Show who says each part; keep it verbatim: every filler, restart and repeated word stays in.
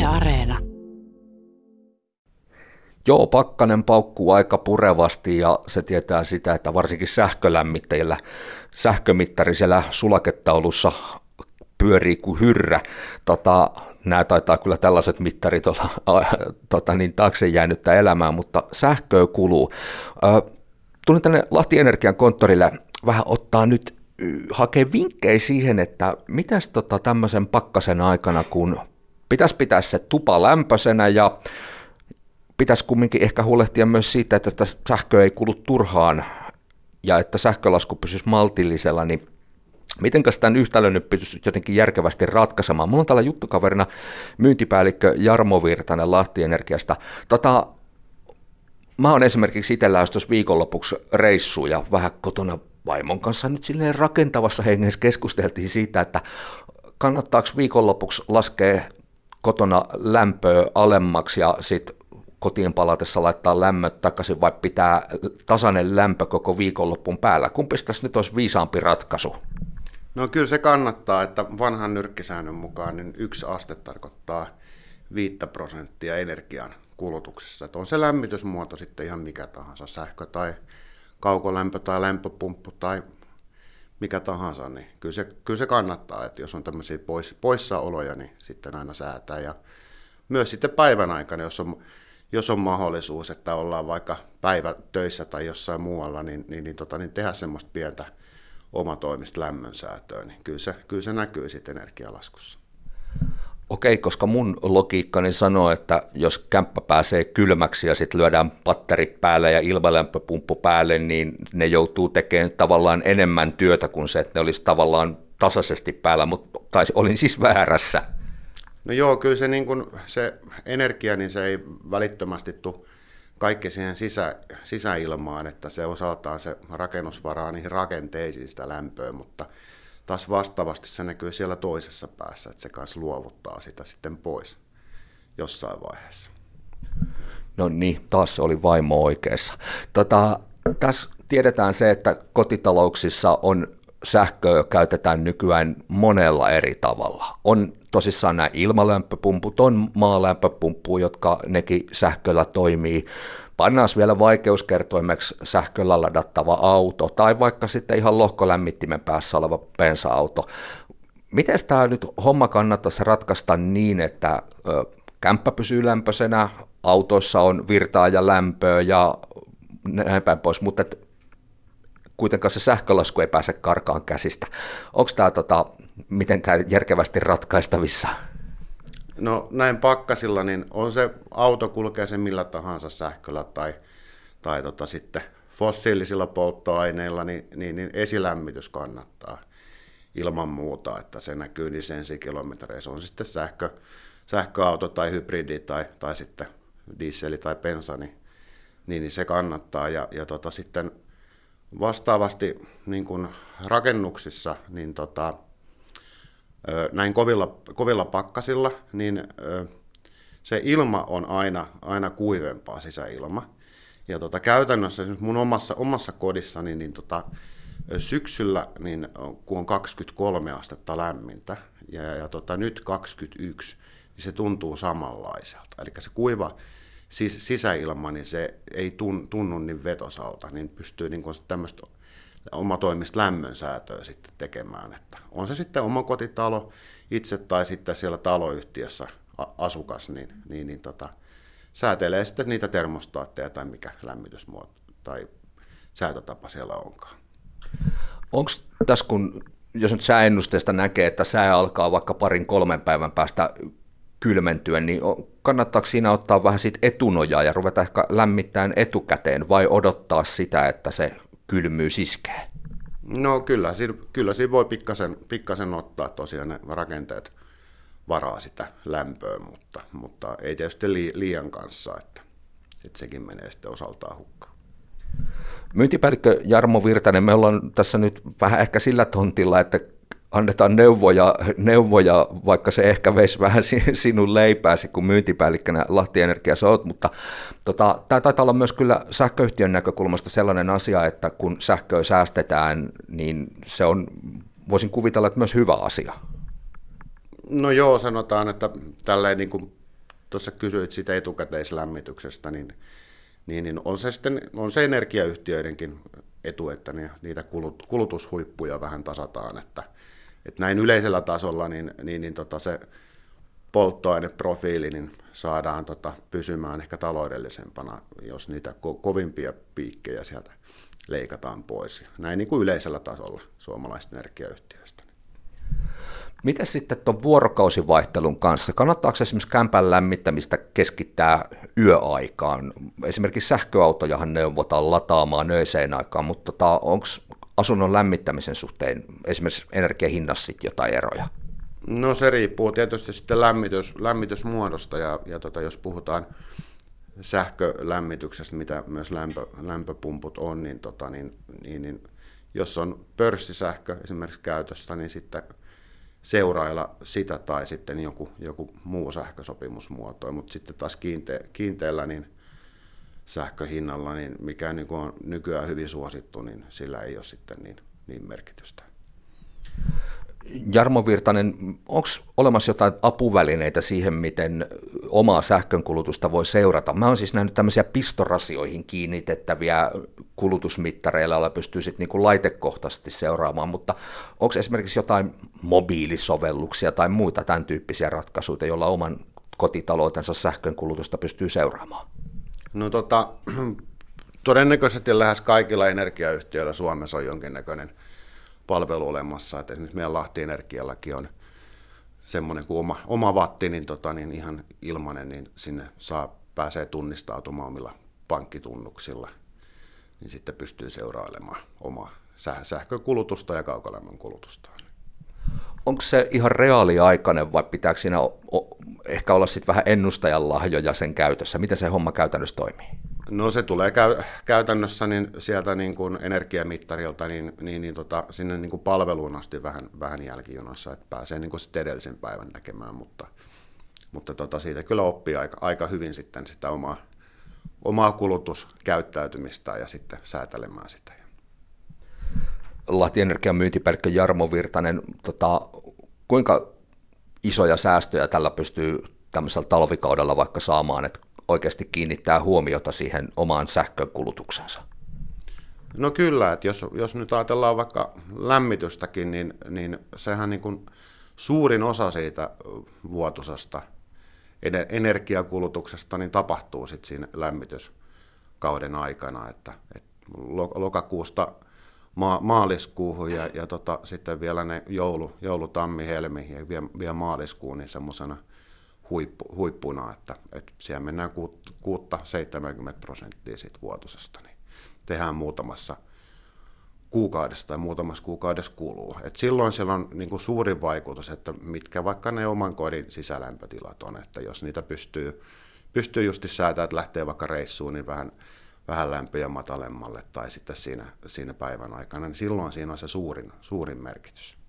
Speaker 1: Areena.
Speaker 2: Joo, pakkanen paukkuu aika purevasti ja se tietää sitä, että varsinkin sähkölämmittäjillä sähkömittari siellä sulaketaulussa pyörii kuin hyrrä. Tota, nämä taitaa kyllä tällaiset mittarit olla tota, niin taakse jäänyttä elämää, mutta sähköä kuluu. Ö, tulin tänne Lahti Energian konttorille vähän ottaa nyt hakee vinkkejä siihen, että mitäs tota tämmöisen pakkasen aikana, kun pitäisi pitää se tupa lämpöisenä ja pitäisi kumminkin ehkä huolehtia myös siitä, että sitä sähköä ei kulu turhaan ja että sähkölasku pysyisi maltillisella, niin mitenkäs tämän yhtälön nyt pystyisi jotenkin järkevästi ratkaisemaan? Mulla on täällä juttukaverina myyntipäällikkö Jarmo Virtanen Lahti Energiasta. Tota, mä oon esimerkiksi itsellä jos viikonlopuksi reissuun ja vähän kotona vaimon kanssa nyt silleen rakentavassa hengessä keskusteltiin siitä, että kannattaako viikonlopuksi laskea kotona lämpöä alemmaksi ja sitten kotiin palatessa laittaa lämmöt takaisin vai pitää tasainen lämpö koko viikonlopun päällä. Kumpi tässä nyt olisi viisaampi ratkaisu?
Speaker 3: No kyllä se kannattaa, että vanhan nyrkkisäännön mukaan niin yksi aste tarkoittaa viittä prosenttia energian kulutuksessa. Että on se lämmitysmuoto sitten ihan mikä tahansa, sähkö tai kaukolämpö tai lämpöpumppu tai mikä tahansa, niin kyllä se, kyllä se kannattaa, että jos on tämmöisiä pois, poissaoloja, niin sitten aina säätää. Ja myös sitten päivän aikana, jos on, jos on mahdollisuus, että ollaan vaikka päivä töissä tai jossain muualla, niin, niin, niin, tota, niin tehdä semmoista pientä omatoimista lämmönsäätöä, niin kyllä se, kyllä se näkyy sitten energialaskussa.
Speaker 2: Okei, koska mun logiikkani sanoo, että jos kämppä pääsee kylmäksi ja sitten lyödään patterit päälle ja ilmalämpöpumppu päälle, niin ne joutuu tekemään tavallaan enemmän työtä kuin se, että ne olisi tavallaan tasaisesti päällä, mutta tai olin siis väärässä.
Speaker 3: No joo, kyllä se, niin kun, se energia, niin se ei välittömästi tule kaikki siihen sisä, sisäilmaan, että se osaltaan se rakennus varaa niihin rakenteisiin sitä lämpöä, mutta taas vastaavasti se näkyy siellä toisessa päässä, että se kanssa luovuttaa sitä sitten pois jossain vaiheessa.
Speaker 2: No niin, taas se oli vaimo oikeassa. Tota, tässä tiedetään se, että kotitalouksissa on sähköä käytetään nykyään monella eri tavalla. On tosissaan nämä ilmalämpöpumput, on maalämpöpumppu, jotka nekin sähköllä toimii. Pannaan vielä vaikeuskertoimeksi sähköllä ladattava auto tai vaikka sitten ihan lohkolämmittimen päässä oleva bensa-auto. Miten tämä nyt homma kannattaisi ratkaista niin, että ö, kämppä pysyy lämpöisenä, autoissa on virtaa ja lämpöä ja näin päin pois, mutta et, kuitenkaan se sähkölasku ei pääse karkaan käsistä. Onko tämä tota, mitenkään järkevästi ratkaistavissa?
Speaker 3: No näin pakkasilla, niin on se auto kulkee sen millä tahansa sähköllä tai, tai tota sitten fossiilisilla polttoaineilla, niin, niin, niin esilämmitys kannattaa ilman muuta, että se näkyy niissä ensikilometreissä. On sitten sähkö, sähköauto tai hybridi tai, tai sitten dieseli tai bensa, niin, niin se kannattaa. Ja, ja tota sitten vastaavasti niin kuin rakennuksissa, niin tota, näin kovilla, kovilla pakkasilla, niin se ilma on aina, aina kuivempaa, sisäilma. Ja tota, käytännössä mun omassa, omassa kodissani niin tota, syksyllä, niin, kun on kaksikymmentäkolme astetta lämmintä ja, ja tota, nyt kaksikymmentäyksi, niin se tuntuu samanlaiselta. Eli se kuiva sis, sisäilma, niin se ei tunnu niin vetosalta, niin pystyy niin tämmöistä omatoimista lämmönsäätöä sitten tekemään. Että on se sitten oma kotitalo itse tai sitten siellä taloyhtiössä asukas, niin, niin, niin tota, säätelee sitten niitä termostaatteja tai mikä lämmitysmuoto tai säätötapa siellä onkaan.
Speaker 2: Onko tässä, kun jos nyt sääennusteesta näkee, että sää alkaa vaikka parin kolmen päivän päästä kylmentyä, niin kannattaako siinä ottaa vähän siitä etunojaa ja ruveta ehkä lämmittämään etukäteen vai odottaa sitä, että se kylmyys iskee?
Speaker 3: No kyllä, kyllä siinä voi pikkasen, pikkasen ottaa tosiaan ne rakenteet varaa sitä lämpöä, mutta, mutta ei tietysti liian kanssa, että sit sekin menee sitten osaltaan hukkaan.
Speaker 2: Myyntipäällikkö Jarmo Virtanen, me ollaan tässä nyt vähän ehkä sillä tontilla, että annetaan neuvoja, neuvoja, vaikka se ehkä veisi vähän sinun leipääsi, kun myyntipäällikkönä Lahti Energiassa olet, mutta tota, tämä taitaa olla myös kyllä sähköyhtiön näkökulmasta sellainen asia, että kun sähköä säästetään, niin se on, voisin kuvitella, että myös hyvä asia.
Speaker 3: No joo, sanotaan, että tälleen niin kuin tuossa kysyit siitä etukäteislämmityksestä, niin, niin, niin on se sitten on se energiayhtiöidenkin etu, että ne, niitä kulut, kulutushuippuja vähän tasataan, että, että näin yleisellä tasolla niin, niin, niin tota se polttoaineprofiili niin saadaan tota pysymään ehkä taloudellisempana, jos niitä ko- kovimpia piikkejä sieltä leikataan pois. Näin niin kuin yleisellä tasolla suomalaisista energiayhtiöistä.
Speaker 2: Miten sitten tuon vuorokausivaihtelun kanssa? Kannattaako esimerkiksi kämpän lämmittämistä keskittää yöaikaan? Esimerkiksi sähköautojahan neuvotaan lataamaan öiseen aikaan, mutta tota, onko asunnon lämmittämisen suhteen esimerkiksi energiahinnassa sitten jotain eroja?
Speaker 3: No se riippuu tietysti sitten lämmitys, lämmitysmuodosta ja, ja tota, jos puhutaan sähkölämmityksestä, mitä myös lämpö, lämpöpumput on, niin, tota, niin, niin, niin jos on pörssisähkö esimerkiksi käytössä, niin sitten seurailla sitä tai sitten joku, joku muu sähkösopimusmuoto, mutta sitten taas kiinte, kiinteällä niin sähköhinnalla, niin mikä niin on nykyään hyvin suosittu, niin sillä ei ole sitten niin, niin merkitystä.
Speaker 2: Jarmo Virtanen, onko olemassa jotain apuvälineitä siihen, miten omaa sähkönkulutusta voi seurata? Mä oon siis nähnyt tämmöisiä pistorasioihin kiinnitettäviä kulutusmittareilla, joilla pystyy sitten niinku laitekohtaisesti seuraamaan, mutta onko esimerkiksi jotain mobiilisovelluksia tai muita tämän tyyppisiä ratkaisuja, joilla oman kotitaloutensa sähkönkulutusta pystyy seuraamaan?
Speaker 3: No tota, todennäköisesti lähes kaikilla energiayhtiöillä Suomessa on jonkinnäköinen palvelu olemassa, että esimerkiksi meidän Lahti Energiallakin on semmoinen kuin oma, oma watti, niin, tota, niin ihan ilmainen, niin sinne saa, pääsee tunnistautumaan omilla pankkitunnuksilla, niin sitten pystyy seurailemaan omaa sähkökulutusta ja kaukolämmön kulutusta.
Speaker 2: Onko se ihan reaaliaikainen vai pitääkö siinä o- o- ehkä olla sitten vähän ennustajan lahjoja sen käytössä? Miten se homma käytännössä toimii?
Speaker 3: No se tulee käy, käytännössä niin sieltä niin kuin energiamittarilta niin, niin, niin tota, sinne niin kuin palveluun asti vähän, vähän jälkijunassa, että pääsee niin kuin sitten edellisen päivän näkemään, mutta, mutta tota, siitä kyllä oppii aika, aika hyvin sitten sitä omaa, omaa kulutuskäyttäytymistä ja sitten säätelemään sitä.
Speaker 2: Lahti Energian myyntipäällikkö Jarmo Virtanen, tota, kuinka isoja säästöjä tällä pystyy tämmöisellä talvikaudella vaikka saamaan, että oikeasti kiinnittää huomiota siihen omaan sähkönkulutuksensa?
Speaker 3: No kyllä, että jos, jos nyt ajatellaan vaikka lämmitystäkin, niin, niin sehän niin kuin suurin osa siitä vuotuisesta energiakulutuksesta niin tapahtuu sitten siinä lämmityskauden aikana, että, että lokakuusta ma- maaliskuuhun ja, ja tota, sitten vielä ne joulu, joulu tammi, helmi ja vielä, vielä maaliskuun niin semmoisena Huippu, huippuna, että, että siellä mennään kuusi seitsemänkymmentä prosenttia siitä vuotuisesta, niin tehdään muutamassa kuukaudessa tai muutamassa kuukaudessa kuluu. Et silloin siellä on niin kuin suurin vaikutus, että mitkä vaikka ne oman kodin sisälämpötilat on, että jos niitä pystyy, pystyy justi säätämään, että lähtee vaikka reissuun, niin vähän, vähän lämpöä matalemmalle tai sitten siinä, siinä päivän aikana, niin silloin siinä on se suurin, suurin merkitys.